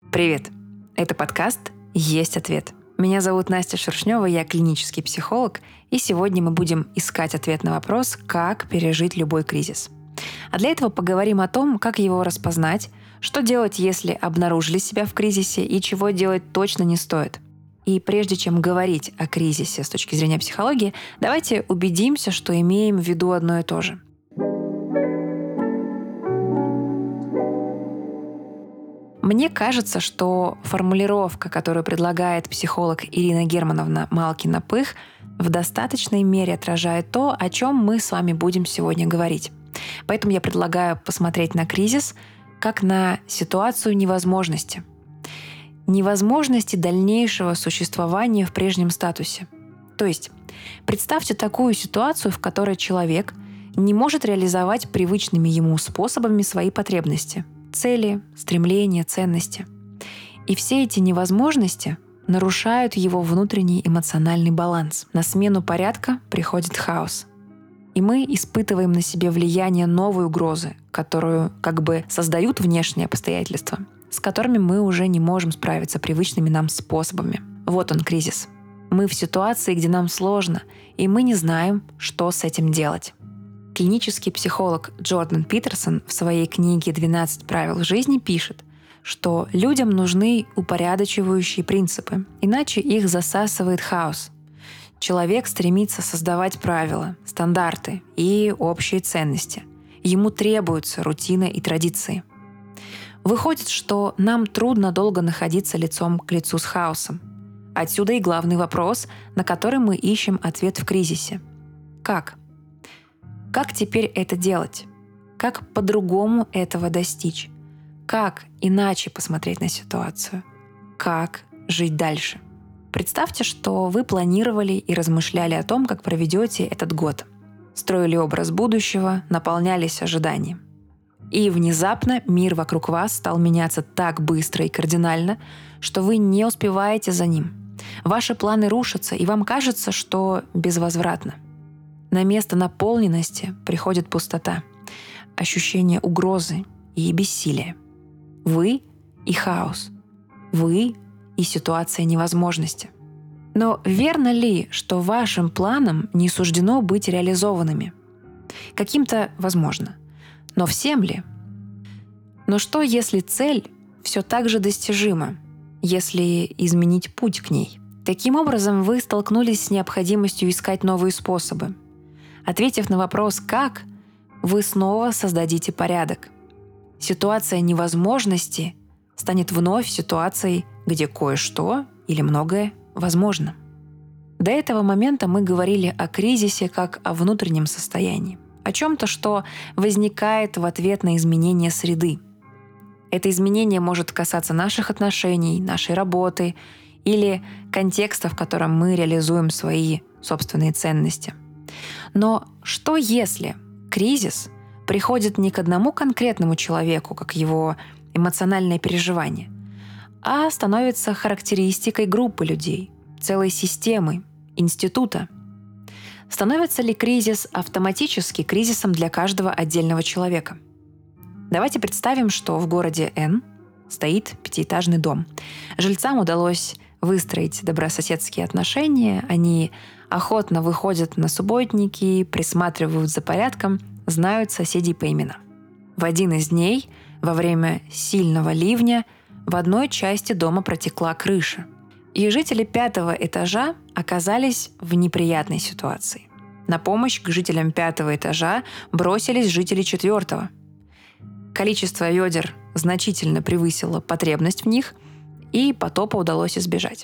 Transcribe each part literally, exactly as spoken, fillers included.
Привет! Это подкаст «Есть ответ». Меня зовут Настя Шершнева, я клинический психолог, и сегодня мы будем искать ответ на вопрос, как пережить любой кризис. А для этого поговорим о том, как его распознать, что делать, если обнаружили себя в кризисе, и чего делать точно не стоит. И прежде чем говорить о кризисе с точки зрения психологии, давайте убедимся, что имеем в виду одно и то же. Мне кажется, что формулировка, которую предлагает психолог Ирина Германовна Малкина-Пых, в достаточной мере отражает то, о чем мы с вами будем сегодня говорить. Поэтому я предлагаю посмотреть на кризис как на ситуацию невозможности. Невозможности дальнейшего существования в прежнем статусе. То есть, представьте такую ситуацию, в которой человек не может реализовать привычными ему способами свои потребности – цели, стремления, ценности. И все эти невозможности нарушают его внутренний эмоциональный баланс. На смену порядка приходит хаос. И мы испытываем на себе влияние новой угрозы, которую как бы создают внешние обстоятельства, с которыми мы уже не можем справиться привычными нам способами. Вот он, кризис. Мы в ситуации, где нам сложно, и мы не знаем, что с этим делать. Клинический психолог Джордан Питерсон в своей книге «двенадцать правил жизни» пишет, что людям нужны упорядочивающие принципы, иначе их засасывает хаос. Человек стремится создавать правила, стандарты и общие ценности. Ему требуются рутина и традиции. Выходит, что нам трудно долго находиться лицом к лицу с хаосом. Отсюда и главный вопрос, на который мы ищем ответ в кризисе. Как? Как теперь это делать? Как по-другому этого достичь? Как иначе посмотреть на ситуацию? Как жить дальше? Представьте, что вы планировали и размышляли о том, как проведете этот год. Строили образ будущего, наполнялись ожиданием. И внезапно мир вокруг вас стал меняться так быстро и кардинально, что вы не успеваете за ним. Ваши планы рушатся, и вам кажется, что безвозвратно. На место наполненности приходит пустота, ощущение угрозы и бессилия. Вы и хаос. Вы и ситуация невозможности. Но верно ли, что вашим планам не суждено быть реализованными? Каким-то возможно. Но всем ли? Но что, если цель все так же достижима, если изменить путь к ней? Таким образом, вы столкнулись с необходимостью искать новые способы. Ответив на вопрос «как?», вы снова создадите порядок. Ситуация невозможности станет вновь ситуацией, где кое-что или многое возможно. До этого момента мы говорили о кризисе как о внутреннем состоянии, о чем-то, что возникает в ответ на изменение среды. Это изменение может касаться наших отношений, нашей работы или контекста, в котором мы реализуем свои собственные ценности. Но что если кризис приходит не к одному конкретному человеку, как его эмоциональное переживание, а становится характеристикой группы людей, целой системы, института? Становится ли кризис автоматически кризисом для каждого отдельного человека? Давайте представим, что в городе Н стоит пятиэтажный дом. Жильцам удалось выстроить добрососедские отношения, они охотно выходят на субботники, присматривают за порядком, знают соседей по именам. В один из дней, во время сильного ливня, в одной части дома протекла крыша, и жители пятого этажа оказались в неприятной ситуации. На помощь к жителям пятого этажа бросились жители четвертого. Количество ведер значительно превысило потребность в них, и потопа удалось избежать.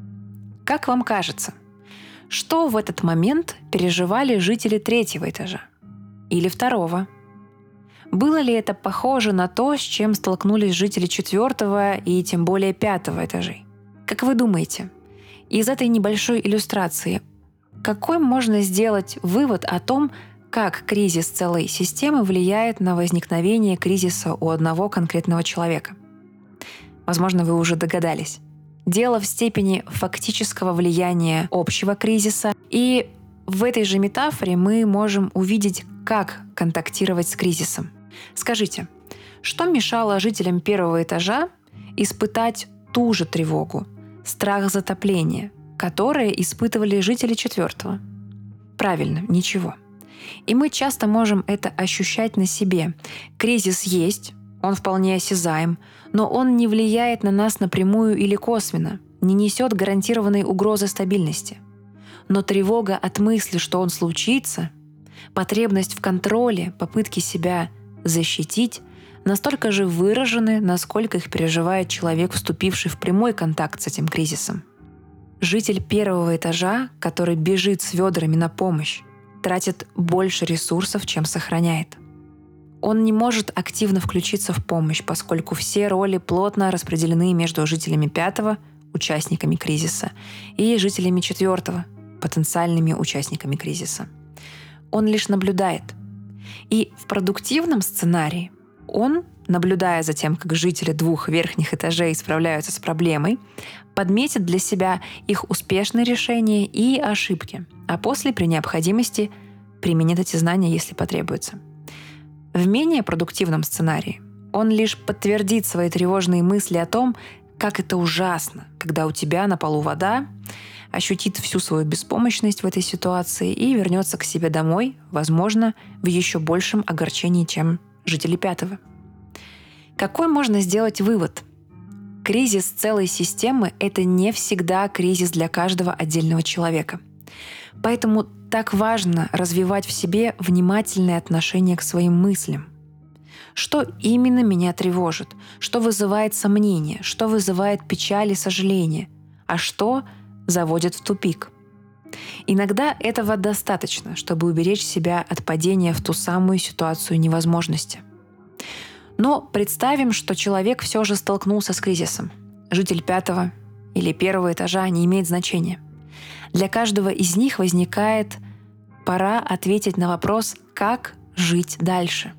Как вам кажется, что в этот момент переживали жители третьего этажа? Или второго? Было ли это похоже на то, с чем столкнулись жители четвертого и тем более пятого этажей? Как вы думаете, из этой небольшой иллюстрации какой можно сделать вывод о том, как кризис целой системы влияет на возникновение кризиса у одного конкретного человека? Возможно, вы уже догадались. Дело в степени фактического влияния общего кризиса, и в этой же метафоре мы можем увидеть, как контактировать с кризисом. Скажите, что мешало жителям первого этажа испытать ту же тревогу, страх затопления, которые испытывали жители четвертого? Правильно, ничего. И мы часто можем это ощущать на себе. Кризис есть, он вполне осязаем, но он не влияет на нас напрямую или косвенно, не несет гарантированной угрозы стабильности. Но тревога от мысли, что он случится, потребность в контроле, попытки себя защитить, настолько же выражены, насколько их переживает человек, вступивший в прямой контакт с этим кризисом. Житель первого этажа, который бежит с ведрами на помощь, тратит больше ресурсов, чем сохраняет. Он не может активно включиться в помощь, поскольку все роли плотно распределены между жителями пятого, участниками кризиса, и жителями четвертого, потенциальными участниками кризиса. Он лишь наблюдает. И в продуктивном сценарии он, наблюдая за тем, как жители двух верхних этажей справляются с проблемой, подметит для себя их успешные решения и ошибки, а после, при необходимости, применит эти знания, если потребуется. В менее продуктивном сценарии он лишь подтвердит свои тревожные мысли о том, как это ужасно, когда у тебя на полу вода, ощутит всю свою беспомощность в этой ситуации и вернется к себе домой, возможно, в еще большем огорчении, чем жители пятого. Какой можно сделать вывод? Кризис целой системы — это не всегда кризис для каждого отдельного человека. Поэтому так важно развивать в себе внимательное отношение к своим мыслям. Что именно меня тревожит? Что вызывает сомнения? Что вызывает печаль и сожаление? А что заводит в тупик? Иногда этого достаточно, чтобы уберечь себя от падения в ту самую ситуацию невозможности. Но представим, что человек все же столкнулся с кризисом. Житель пятого или первого этажа не имеет значения. Для каждого из них возникает пора ответить на вопрос, как жить дальше.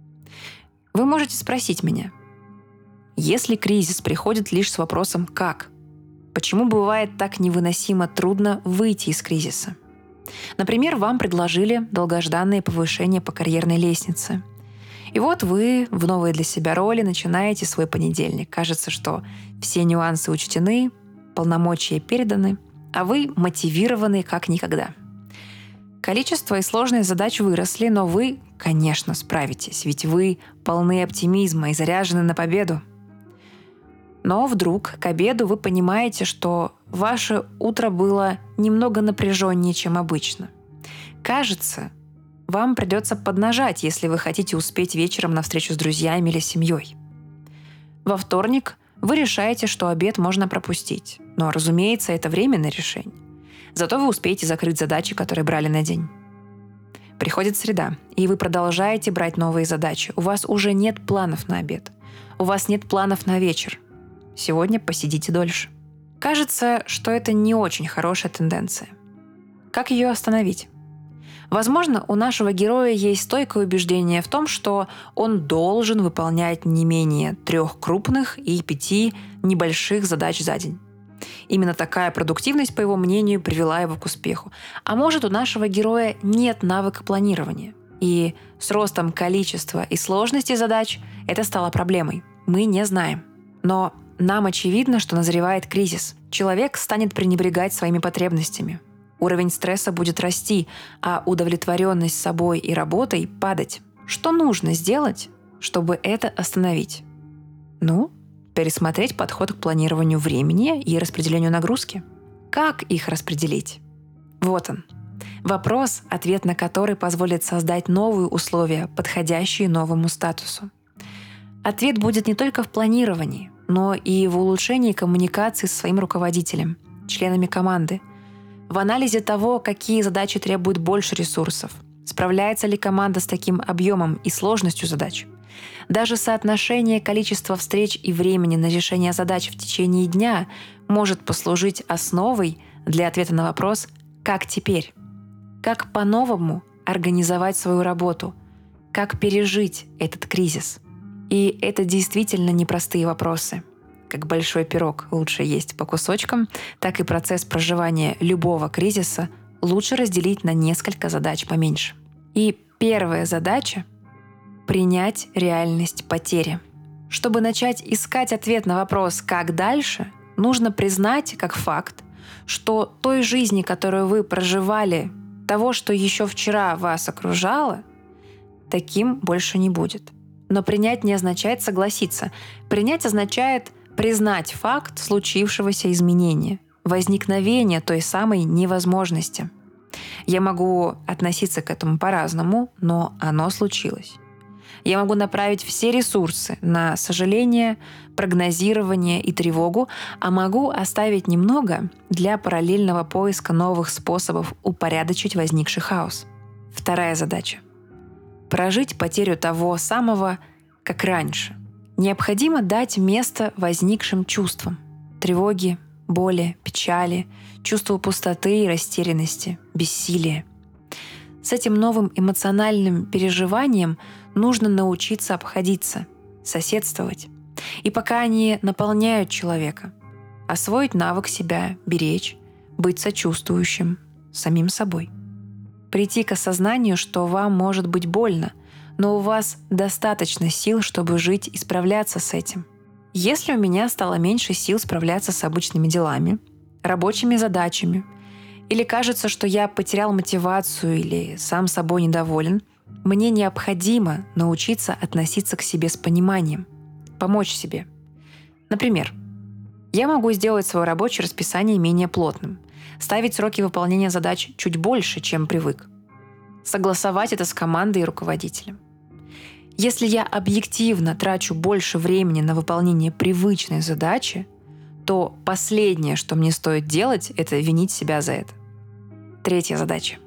Вы можете спросить меня, если кризис приходит лишь с вопросом «как?», почему бывает так невыносимо трудно выйти из кризиса? Например, вам предложили долгожданное повышение по карьерной лестнице. И вот вы в новой для себя роли начинаете свой понедельник. Кажется, что все нюансы учтены, полномочия переданы, а вы мотивированы как никогда. Количество и сложность задач выросли, но вы, конечно, справитесь, ведь вы полны оптимизма и заряжены на победу. Но вдруг к обеду вы понимаете, что ваше утро было немного напряженнее, чем обычно. Кажется, вам придется поднажать, если вы хотите успеть вечером на встречу с друзьями или семьей. Во вторник вы решаете, что обед можно пропустить. Но, разумеется, это временное решение. Зато вы успеете закрыть задачи, которые брали на день. Приходит среда, и вы продолжаете брать новые задачи. У вас уже нет планов на обед. У вас нет планов на вечер. Сегодня посидите дольше. Кажется, что это не очень хорошая тенденция. Как ее остановить? Возможно, у нашего героя есть стойкое убеждение в том, что он должен выполнять не менее трех крупных и пяти небольших задач за день. Именно такая продуктивность, по его мнению, привела его к успеху. А может, у нашего героя нет навыка планирования. И с ростом количества и сложности задач это стало проблемой. Мы не знаем. Но нам очевидно, что назревает кризис. Человек станет пренебрегать своими потребностями. Уровень стресса будет расти, а удовлетворенность собой и работой падать. Что нужно сделать, чтобы это остановить? Ну, пересмотреть подход к планированию времени и распределению нагрузки. Как их распределить? Вот он. Вопрос, ответ на который позволит создать новые условия, подходящие новому статусу. Ответ будет не только в планировании, но и в улучшении коммуникации со своим руководителем, членами команды, в анализе того, какие задачи требуют больше ресурсов, справляется ли команда с таким объемом и сложностью задач. Даже соотношение количества встреч и времени на решение задач в течение дня может послужить основой для ответа на вопрос «как теперь?». Как по-новому организовать свою работу? Как пережить этот кризис? И это действительно непростые вопросы. Как большой пирог лучше есть по кусочкам, так и процесс проживания любого кризиса лучше разделить на несколько задач поменьше. И первая задача — принять реальность потери. Чтобы начать искать ответ на вопрос «как дальше?», нужно признать как факт, что той жизни, которую вы проживали, того, что еще вчера вас окружало, таким больше не будет. Но принять не означает согласиться. Принять означает признать факт случившегося изменения, возникновения той самой невозможности. Я могу относиться к этому по-разному, но оно случилось. Я могу направить все ресурсы на сожаление, прогнозирование и тревогу, а могу оставить немного для параллельного поиска новых способов упорядочить возникший хаос. Вторая задача — прожить потерю того самого, как раньше. Необходимо дать место возникшим чувствам — тревоге, боли, печали, чувству пустоты и растерянности, бессилия. С этим новым эмоциональным переживанием нужно научиться обходиться, соседствовать. И пока они наполняют человека, освоить навык себя беречь, быть сочувствующим, самим собой. Прийти к осознанию, что вам может быть больно, но у вас достаточно сил, чтобы жить и справляться с этим. Если у меня стало меньше сил справляться с обычными делами, рабочими задачами, или кажется, что я потерял мотивацию или сам собой недоволен, мне необходимо научиться относиться к себе с пониманием, помочь себе. Например, я могу сделать свое рабочее расписание менее плотным, ставить сроки выполнения задач чуть больше, чем привык, согласовать это с командой и руководителем. Если я объективно трачу больше времени на выполнение привычной задачи, то последнее, что мне стоит делать, это винить себя за это. Третья задача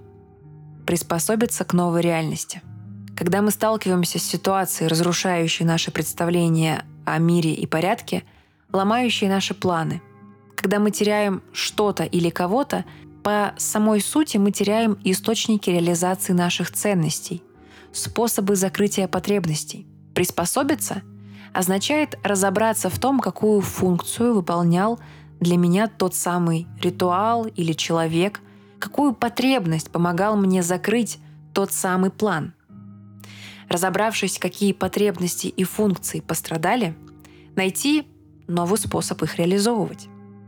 — приспособиться к новой реальности. Когда мы сталкиваемся с ситуацией, разрушающей наши представления о мире и порядке, ломающей наши планы, когда мы теряем что-то или кого-то, по самой сути мы теряем источники реализации наших ценностей, способы закрытия потребностей. Приспособиться означает разобраться в том, какую функцию выполнял для меня тот самый ритуал или человек, какую потребность помогал мне закрыть тот самый план. Разобравшись, какие потребности и функции пострадали, найти новый способ их реализовывать.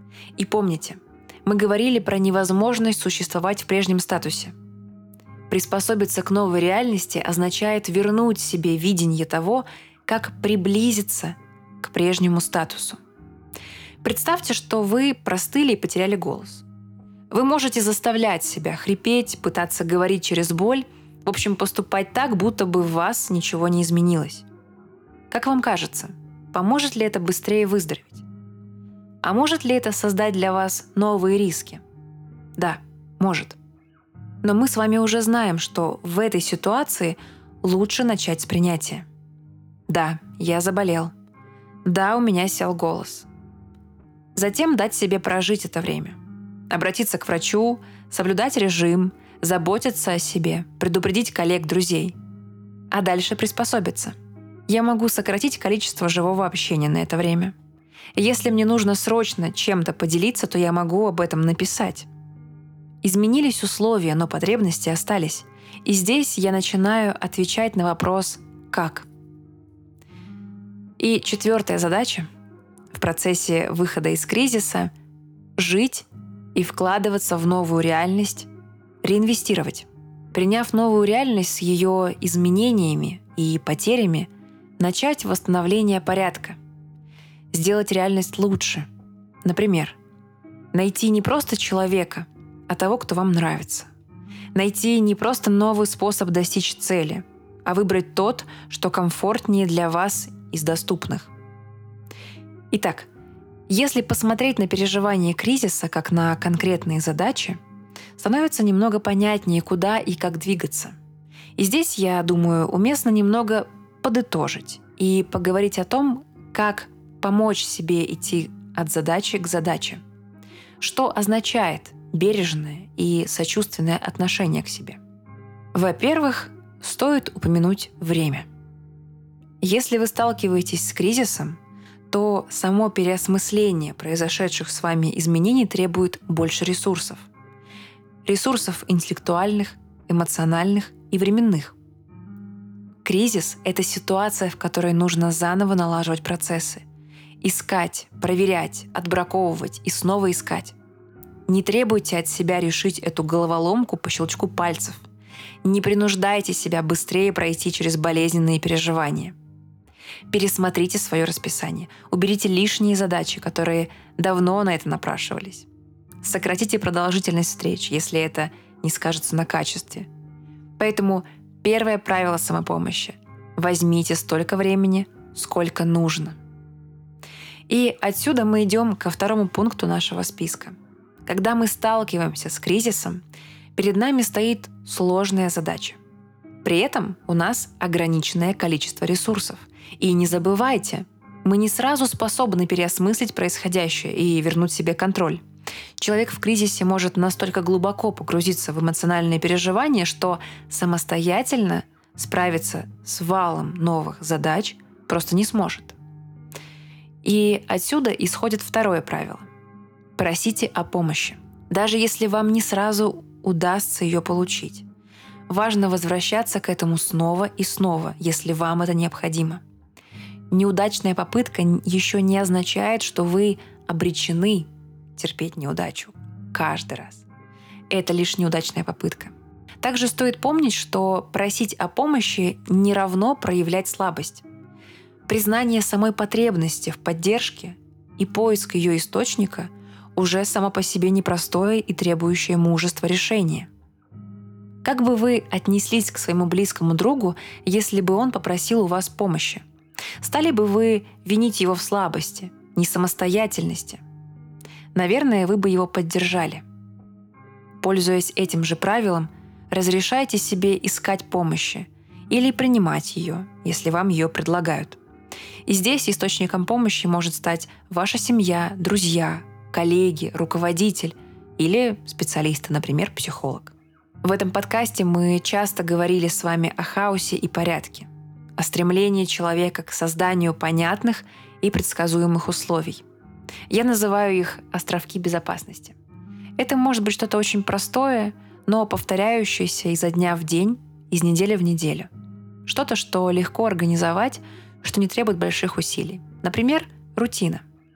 И помните, мы говорили про невозможность существовать в прежнем статусе. Приспособиться к новой реальности означает вернуть себе видение того, как приблизиться к прежнему статусу. Представьте, что вы простыли и потеряли голос. Вы можете заставлять себя хрипеть, пытаться говорить через боль, в общем, поступать так, будто бы в вас ничего не изменилось. Как вам кажется, поможет ли это быстрее выздороветь? А может ли это создать для вас новые риски? Да, может. Но мы с вами уже знаем, что в этой ситуации лучше начать с принятия. Да, я заболел. Да, у меня сел голос. Затем дать себе прожить это время. Обратиться к врачу, соблюдать режим, заботиться о себе, предупредить коллег, друзей. А дальше приспособиться. Я могу сократить количество живого общения на это время. Если мне нужно срочно чем-то поделиться, то я могу об этом написать. Изменились условия, но потребности остались. И здесь я начинаю отвечать на вопрос «как?». И четвертая задача в процессе выхода из кризиса — жить и вкладываться в новую реальность, реинвестировать. Приняв новую реальность с ее изменениями и потерями, начать восстановление порядка. Сделать реальность лучше. Например, найти не просто человека, а того, кто вам нравится. Найти не просто новый способ достичь цели, а выбрать тот, что комфортнее для вас из доступных. Итак, если посмотреть на переживание кризиса как на конкретные задачи, становится немного понятнее, куда и как двигаться. И здесь, я думаю, уместно немного подытожить и поговорить о том, как помочь себе идти от задачи к задаче. Что означает бережное и сочувственное отношение к себе? Во-первых, стоит упомянуть время. Если вы сталкиваетесь с кризисом, то само переосмысление произошедших с вами изменений требует больше ресурсов. Ресурсов интеллектуальных, эмоциональных и временных. Кризис — это ситуация, в которой нужно заново налаживать процессы. Искать, проверять, отбраковывать и снова искать. Не требуйте от себя решить эту головоломку по щелчку пальцев. Не принуждайте себя быстрее пройти через болезненные переживания. Пересмотрите свое расписание. Уберите лишние задачи, которые давно на это напрашивались. Сократите продолжительность встреч, если это не скажется на качестве. Поэтому первое правило самопомощи – возьмите столько времени, сколько нужно. И отсюда мы идем ко второму пункту нашего списка. Когда мы сталкиваемся с кризисом, перед нами стоит сложная задача. При этом у нас ограниченное количество ресурсов. И не забывайте, мы не сразу способны переосмыслить происходящее и вернуть себе контроль. Человек в кризисе может настолько глубоко погрузиться в эмоциональные переживания, что самостоятельно справиться с валом новых задач просто не сможет. И отсюда исходит второе правило. Просите о помощи, даже если вам не сразу удастся ее получить. Важно возвращаться к этому снова и снова, если вам это необходимо. Неудачная попытка еще не означает, что вы обречены терпеть неудачу каждый раз. Это лишь неудачная попытка. Также стоит помнить, что просить о помощи не равно проявлять слабость. Признание самой потребности в поддержке и поиск ее источника уже само по себе непростое и требующее мужества решение. Как бы вы отнеслись к своему близкому другу, если бы он попросил у вас помощи? Стали бы вы винить его в слабости, несамостоятельности? Наверное, вы бы его поддержали. Пользуясь этим же правилом, разрешайте себе искать помощи или принимать ее, если вам ее предлагают. И здесь источником помощи может стать ваша семья, друзья, коллеги, руководитель или специалисты, например, психолог. В этом подкасте мы часто говорили с вами о хаосе и порядке, о стремлении человека к созданию понятных и предсказуемых условий. Я называю их островки безопасности. Это может быть что-то очень простое, но повторяющееся изо дня в день, из недели в неделю. Что-то, что легко организовать, что не требует больших усилий. Например, рутина.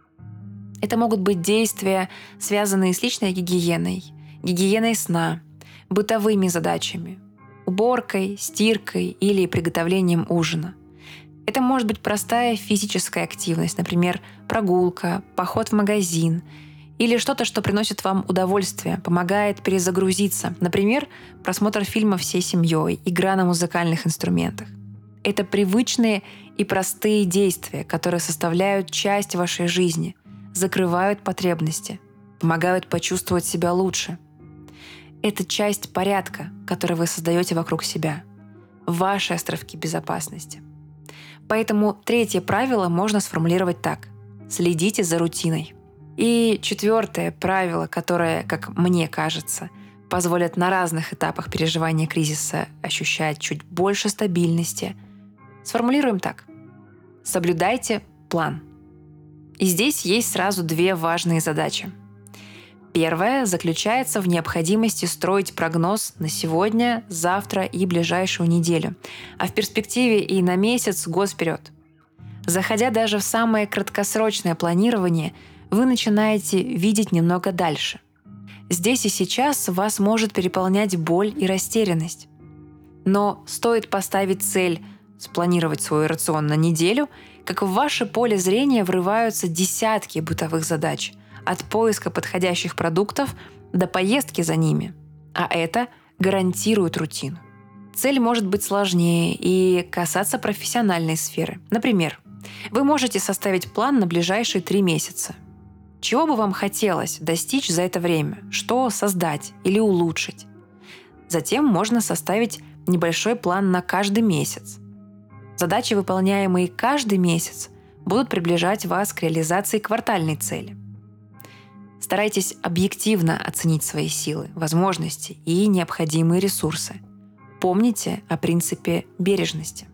Это могут быть действия, связанные с личной гигиеной, гигиеной сна, бытовыми задачами, уборкой, стиркой или приготовлением ужина. Это может быть простая физическая активность, например, прогулка, поход в магазин или что-то, что приносит вам удовольствие, помогает перезагрузиться, например, просмотр фильма всей семьей, игра на музыкальных инструментах. Это привычные и простые действия, которые составляют часть вашей жизни, закрывают потребности, помогают почувствовать себя лучше. Это часть порядка, который вы создаете вокруг себя, ваши островки безопасности. Поэтому третье правило можно сформулировать так: следите за рутиной. И четвертое правило, которое, как мне кажется, позволит на разных этапах переживания кризиса ощущать чуть больше стабильности, сформулируем так: соблюдайте план. И здесь есть сразу две важные задачи. Первая заключается в необходимости строить прогноз на сегодня, завтра и ближайшую неделю, а в перспективе и на месяц, год вперед. Заходя даже в самое краткосрочное планирование, вы начинаете видеть немного дальше. Здесь и сейчас вас может переполнять боль и растерянность. Но стоит поставить цель спланировать свой рацион на неделю, как в ваше поле зрения врываются десятки бытовых задач – от поиска подходящих продуктов до поездки за ними. А это гарантирует рутину. Цель может быть сложнее и касаться профессиональной сферы. Например, вы можете составить план на ближайшие три месяца. Чего бы вам хотелось достичь за это время? Что создать или улучшить? Затем можно составить небольшой план на каждый месяц. Задачи, выполняемые каждый месяц, будут приближать вас к реализации квартальной цели. Старайтесь объективно оценить свои силы, возможности и необходимые ресурсы. Помните о принципе бережности.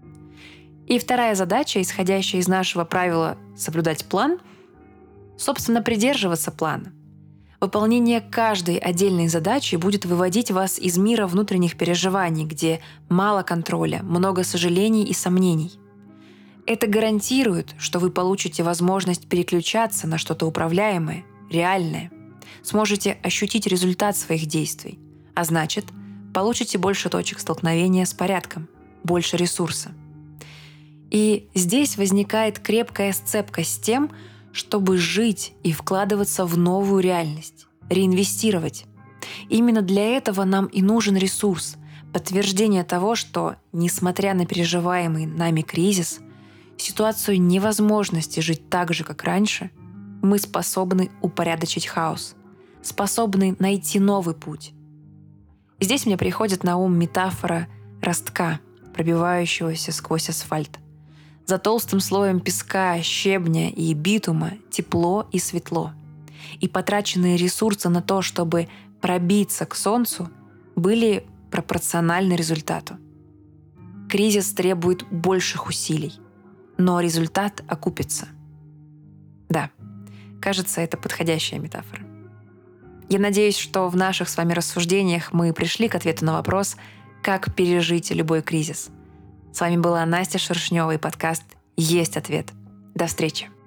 И вторая задача, исходящая из нашего правила соблюдать план, собственно, придерживаться плана. Выполнение каждой отдельной задачи будет выводить вас из мира внутренних переживаний, где мало контроля, много сожалений и сомнений. Это гарантирует, что вы получите возможность переключаться на что-то управляемое, реальное, сможете ощутить результат своих действий, а значит, получите больше точек столкновения с порядком, больше ресурса. И здесь возникает крепкая сцепка с тем, чтобы жить и вкладываться в новую реальность, реинвестировать. Именно для этого нам и нужен ресурс, подтверждение того, что, несмотря на переживаемый нами кризис, ситуацию невозможности жить так же, как раньше, мы способны упорядочить хаос, способны найти новый путь. Здесь мне приходит на ум метафора ростка, пробивающегося сквозь асфальт. За толстым слоем песка, щебня и битума тепло и светло. И потраченные ресурсы на то, чтобы пробиться к солнцу, были пропорциональны результату. Кризис требует больших усилий, но результат окупится. Да, кажется, это подходящая метафора. Я надеюсь, что в наших с вами рассуждениях мы пришли к ответу на вопрос, как пережить любой кризис. С вами была Настя Шершнева и подкаст «Есть ответ». До встречи!